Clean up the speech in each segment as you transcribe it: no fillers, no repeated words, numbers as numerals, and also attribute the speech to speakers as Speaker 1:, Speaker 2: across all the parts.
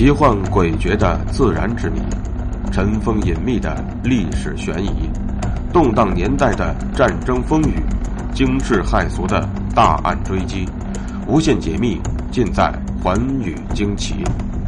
Speaker 1: 奇幻诡谲的自然之谜，尘封隐秘的历史悬疑，动荡年代的战争风雨，惊世骇俗的大案追击，无限解密尽在寰宇惊奇。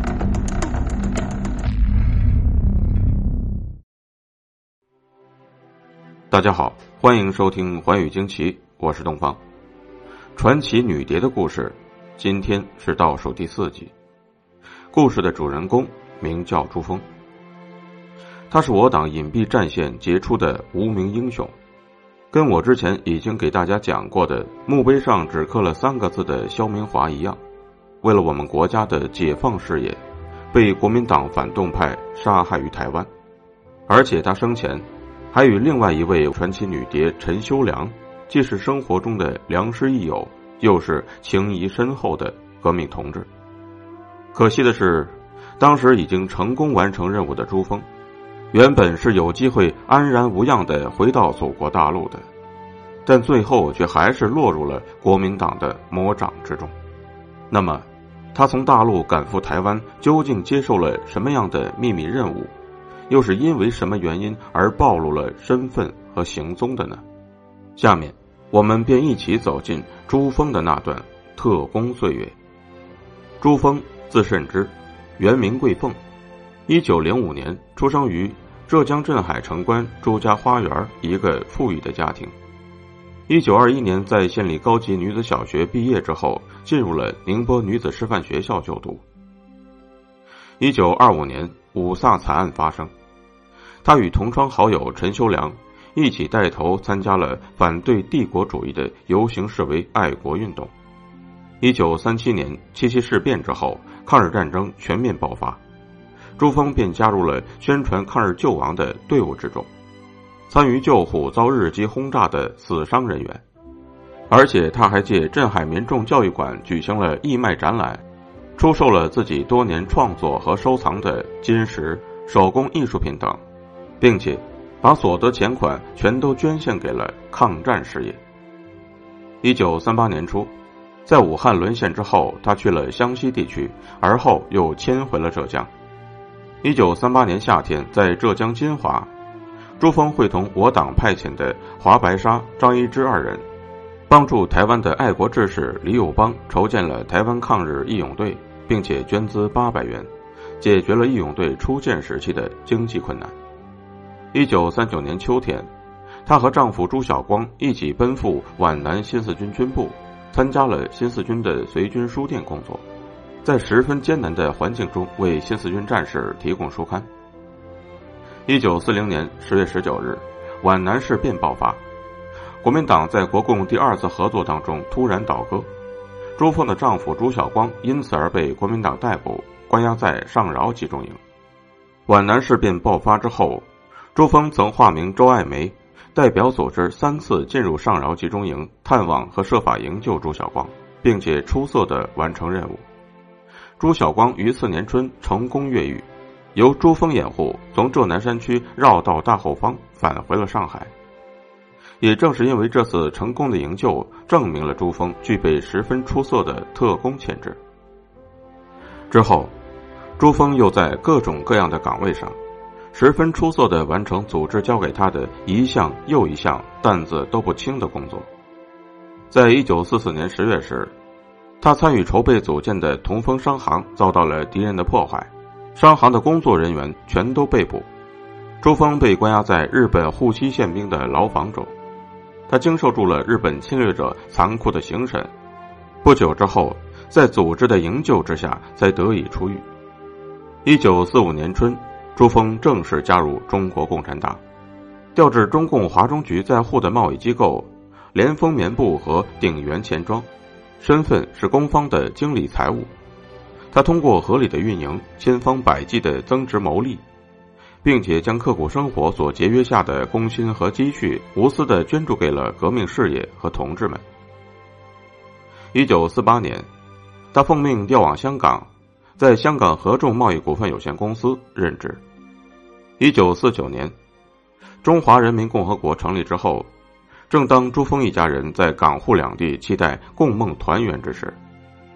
Speaker 1: 大家好，欢迎收听寰宇惊奇，我是东方。传奇女蝶的故事，今天是倒数第4集。故事的主人公名叫朱峰，他是我党隐蔽战线杰出的无名英雄，跟我之前已经给大家讲过的墓碑上只刻了3个字的肖明华一样，为了我们国家的解放事业，被国民党反动派杀害于台湾。而且他生前还与另外一位传奇女蝶陈修良，既是生活中的良师益友，又是情谊深厚的革命同志。可惜的是，当时已经成功完成任务的朱峰，原本是有机会安然无恙地回到祖国大陆的，但最后却还是落入了国民党的魔掌之中。那么，他从大陆赶赴台湾，究竟接受了什么样的秘密任务？又是因为什么原因而暴露了身份和行踪的呢？下面我们便一起走进朱峰的那段特工岁月。朱峰字慎之，原名桂凤，1905年出生于浙江镇海城关朱家花园一个富裕的家庭。1921年在县立高级女子小学毕业之后，进入了宁波女子师范学校就读。1925年五卅惨案发生，他与同窗好友陈修良一起带头参加了反对帝国主义的游行示威爱国运动。1937年七七事变之后，抗日战争全面爆发，朱峰便加入了宣传抗日救亡的队伍之中，参与救护遭日机轰炸的死伤人员。而且他还借镇海民众教育馆举行了义卖展览，出售了自己多年创作和收藏的金石、手工艺术品等，并且把所得钱款全都捐献给了抗战事业。1938年初，在武汉沦陷之后，他去了湘西地区，而后又迁回了浙江。1938年夏天，在浙江金华，朱峰会同我党派遣的华白沙、张一之2人，帮助台湾的爱国志士李友邦筹建了台湾抗日义勇队，并且捐资800元，解决了义勇队初建时期的经济困难。1939年秋天，她和丈夫朱晓光一起奔赴皖南新四军军部，参加了新四军的随军书店工作，在十分艰难的环境中为新四军战士提供书刊。1940年10月19日，皖南事变爆发，国民党在国共第2次合作当中突然倒戈，朱峰的丈夫朱晓光因此而被国民党逮捕，关押在上饶集中营。皖南事变爆发之后，朱峰曾化名周爱梅，代表组织3次进入上饶集中营探望和设法营救朱晓光，并且出色地完成任务。朱晓光于次年春成功越狱，由朱峰掩护，从浙南山区绕道大后方返回了上海。也正是因为这次成功的营救，证明了朱峰具备十分出色的特工潜质。之后，朱峰又在各种各样的岗位上十分出色地完成组织交给他的一项又一项担子都不轻的工作。在1944年10月时，他参与筹备组建的同丰商行遭到了敌人的破坏，商行的工作人员全都被捕，朱峰被关押在日本沪西宪兵的牢房中，他经受住了日本侵略者残酷的刑审，不久之后在组织的营救之下才得以出狱。1945年春，朱峰正式加入中国共产党，调至中共华中局在沪的贸易机构联丰棉布和鼎元钱庄，身份是公方的经理财务。他通过合理的运营，千方百计地增值牟利，并且将刻苦生活所节约下的工薪和积蓄无私地捐助给了革命事业和同志们。1948年，他奉命调往香港，在香港合众贸易股份有限公司任职。1949年，中华人民共和国成立之后，正当朱峰一家人在港沪两地期待共梦团圆之时，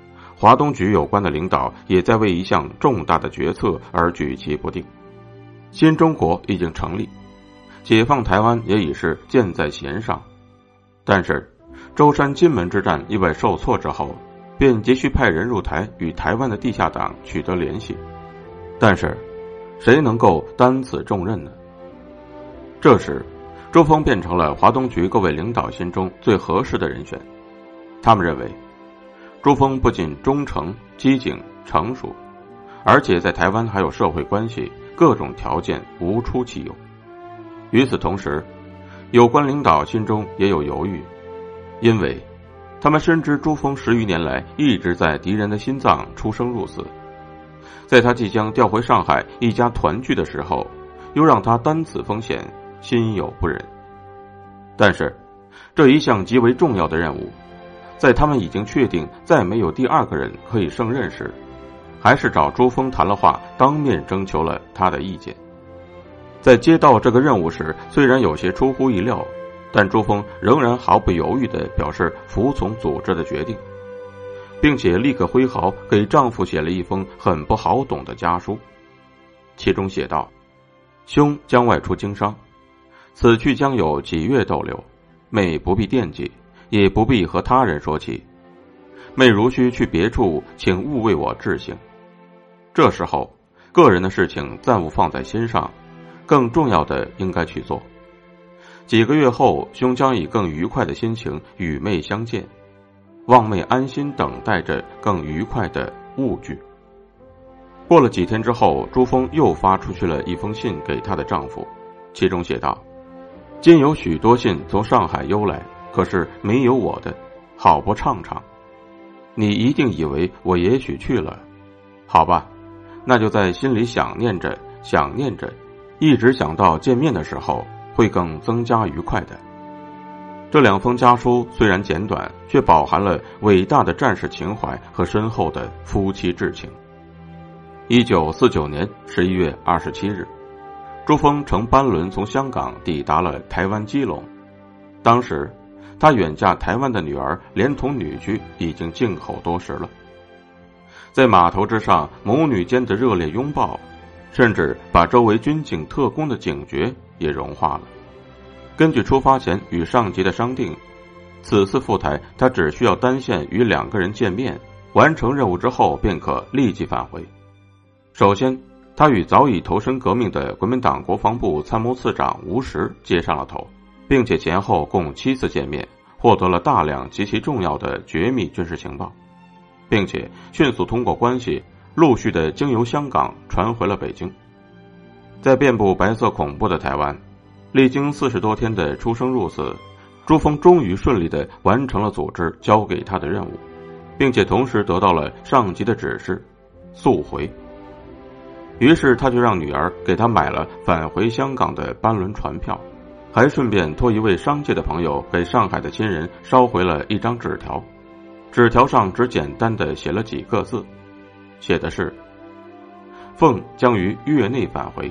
Speaker 1: 华东局有关的领导也在为一项重大的决策而举棋不定。新中国已经成立，解放台湾也已是箭在弦上，但是舟山金门之战意外受挫之后，便急需派人入台与台湾的地下党取得联系，但是谁能够担此重任呢？这时朱峰变成了华东局各位领导心中最合适的人选。他们认为朱峰不仅忠诚、机警、成熟，而且在台湾还有社会关系，各种条件无出其右。与此同时，有关领导心中也有犹豫，因为他们深知朱峰10余年来一直在敌人的心脏出生入死，在他即将调回上海一家团聚的时候，又让他担此风险，心有不忍。但是这一项极为重要的任务，在他们已经确定再没有第二个人可以胜任时，还是找朱峰谈了话，当面征求了他的意见。在接到这个任务时，虽然有些出乎意料，但朱峰仍然毫不犹豫地表示服从组织的决定，并且立刻挥毫给丈夫写了一封很不好懂的家书，其中写道：兄将外出经商，此去将有几月逗留，妹不必惦记，也不必和他人说起。妹如需去别处，请勿为我置行。这时候个人的事情暂勿放在心上，更重要的应该去做。几个月后，兄将以更愉快的心情与妹相见，望妹安心等待着更愉快的物具。过了几天之后，朱峰又发出去了一封信给她的丈夫，其中写道：今有许多信从上海邮来，可是没有我的，好不畅畅。你一定以为我也许去了，好吧，那就在心里想念着，一直想到见面的时候，会更增加愉快的。这2封家书虽然简短，却饱含了伟大的战士情怀和深厚的夫妻至情。1949年11月27日，朱峰乘班轮从香港抵达了台湾基隆。当时他远嫁台湾的女儿连同女婿已经静候多时了。在码头之上，母女间的热烈拥抱，甚至把周围军警特工的警觉也融化了。根据出发前与上级的商定，此次赴台他只需要单线与2个人见面，完成任务之后便可立即返回。首先，他与早已投身革命的国民党国防部参谋次长吴石接上了头，并且前后共7次见面，获得了大量极其重要的绝密军事情报，并且迅速通过关系陆续的经由香港传回了北京。在遍布白色恐怖的台湾，历经40多天的出生入死，朱峰终于顺利地完成了组织交给他的任务，并且同时得到了上级的指示，速回。于是他就让女儿给他买了返回香港的班轮船票，还顺便托一位商界的朋友给上海的亲人捎回了一张纸条，纸条上只简单地写了几个字，写的是：凤将于月内返回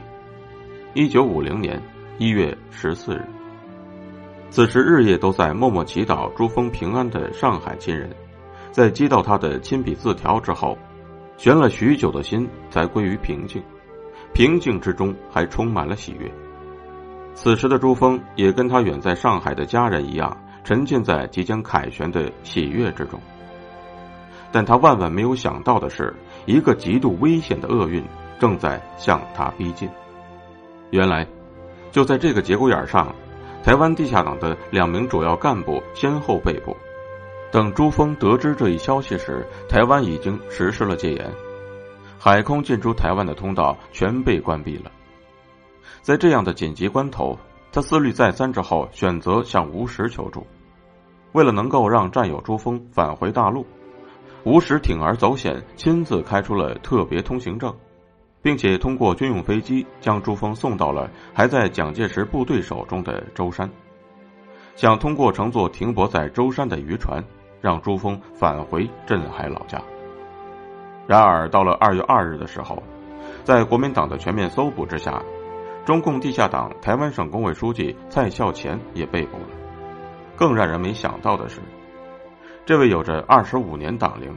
Speaker 1: ，1950年1月14日。此时日夜都在默默祈祷朱峰平安的上海亲人，在接到他的亲笔字条之后，悬了许久的心才归于平静，平静之中还充满了喜悦。此时的朱峰也跟他远在上海的家人一样，沉浸在即将凯旋的喜悦之中。但他万万没有想到的是，一个极度危险的厄运正在向他逼近。原来就在这个节骨眼上，台湾地下党的2名主要干部先后被捕。等朱峰得知这一消息时，台湾已经实施了戒严，海空进出台湾的通道全被关闭了。在这样的紧急关头，他思虑再三之后，选择向吴石求助。为了能够让战友朱峰返回大陆，吴石铤而走险，亲自开出了特别通行证，并且通过军用飞机将朱峰送到了还在蒋介石部队手中的舟山，想通过乘坐停泊在舟山的渔船，让朱峰返回镇海老家。然而到了2月2日的时候，在国民党的全面搜捕之下，中共地下党台湾省工委书记蔡孝乾也被捕了。更让人没想到的是，这位有着25年党龄，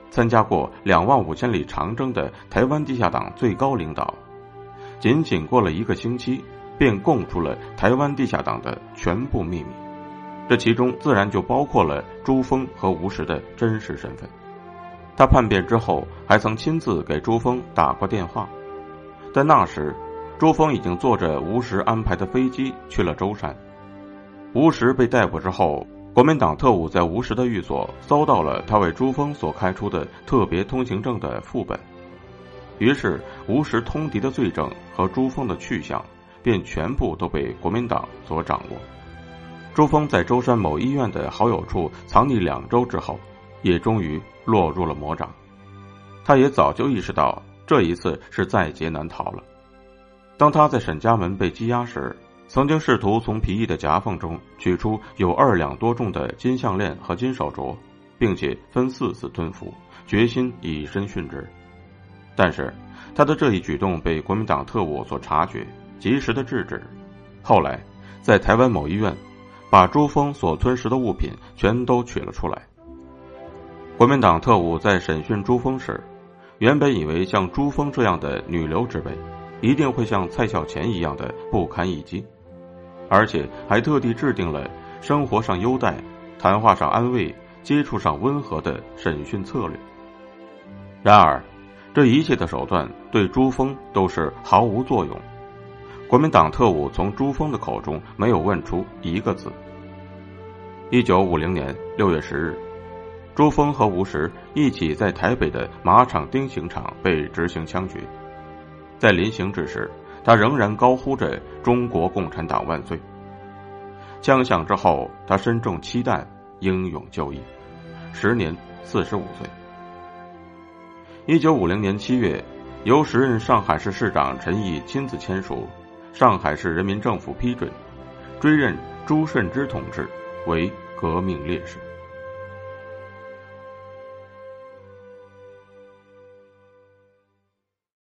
Speaker 1: 参加过25000里长征的台湾地下党最高领导，仅仅过了1个星期，便供出了台湾地下党的全部秘密。这其中自然就包括了朱峰和吴石的真实身份。他叛变之后，还曾亲自给朱峰打过电话，但那时朱峰已经坐着吴石安排的飞机去了舟山。吴石被逮捕之后，国民党特务在吴石的寓所搜到了他为朱峰所开出的特别通行证的副本，于是吴石通敌的罪证和朱峰的去向便全部都被国民党所掌握。朱峰在舟山某医院的好友处藏匿2周之后，也终于落入了魔掌。他也早就意识到这一次是在劫难逃了。当他在沈家门被羁押时，曾经试图从皮衣的夹缝中取出有2两多重的金项链和金手镯，并且分4次吞服，决心以身殉职。但是他的这一举动被国民党特务所察觉，及时的制止。后来在台湾某医院，把朱峰所吞食的物品全都取了出来。国民党特务在审讯朱峰时，原本以为像朱峰这样的女流之辈一定会像蔡孝乾一样的不堪一击，而且还特地制定了生活上优待、谈话上安慰、接触上温和的审讯策略。然而这一切的手段对朱峰都是毫无作用。国民党特务从朱峰的口中没有问出1个字。1950年6月10日，朱峰和吴石一起在台北的马场丁刑场被执行枪决。在临刑之时，他仍然高呼着中国共产党万岁。枪响之后，他身中7弹，英勇就义，时年45岁。1950年7月，由时任上海市市长陈毅亲自签署，上海市人民政府批准，追认朱慎之同志为革命烈士。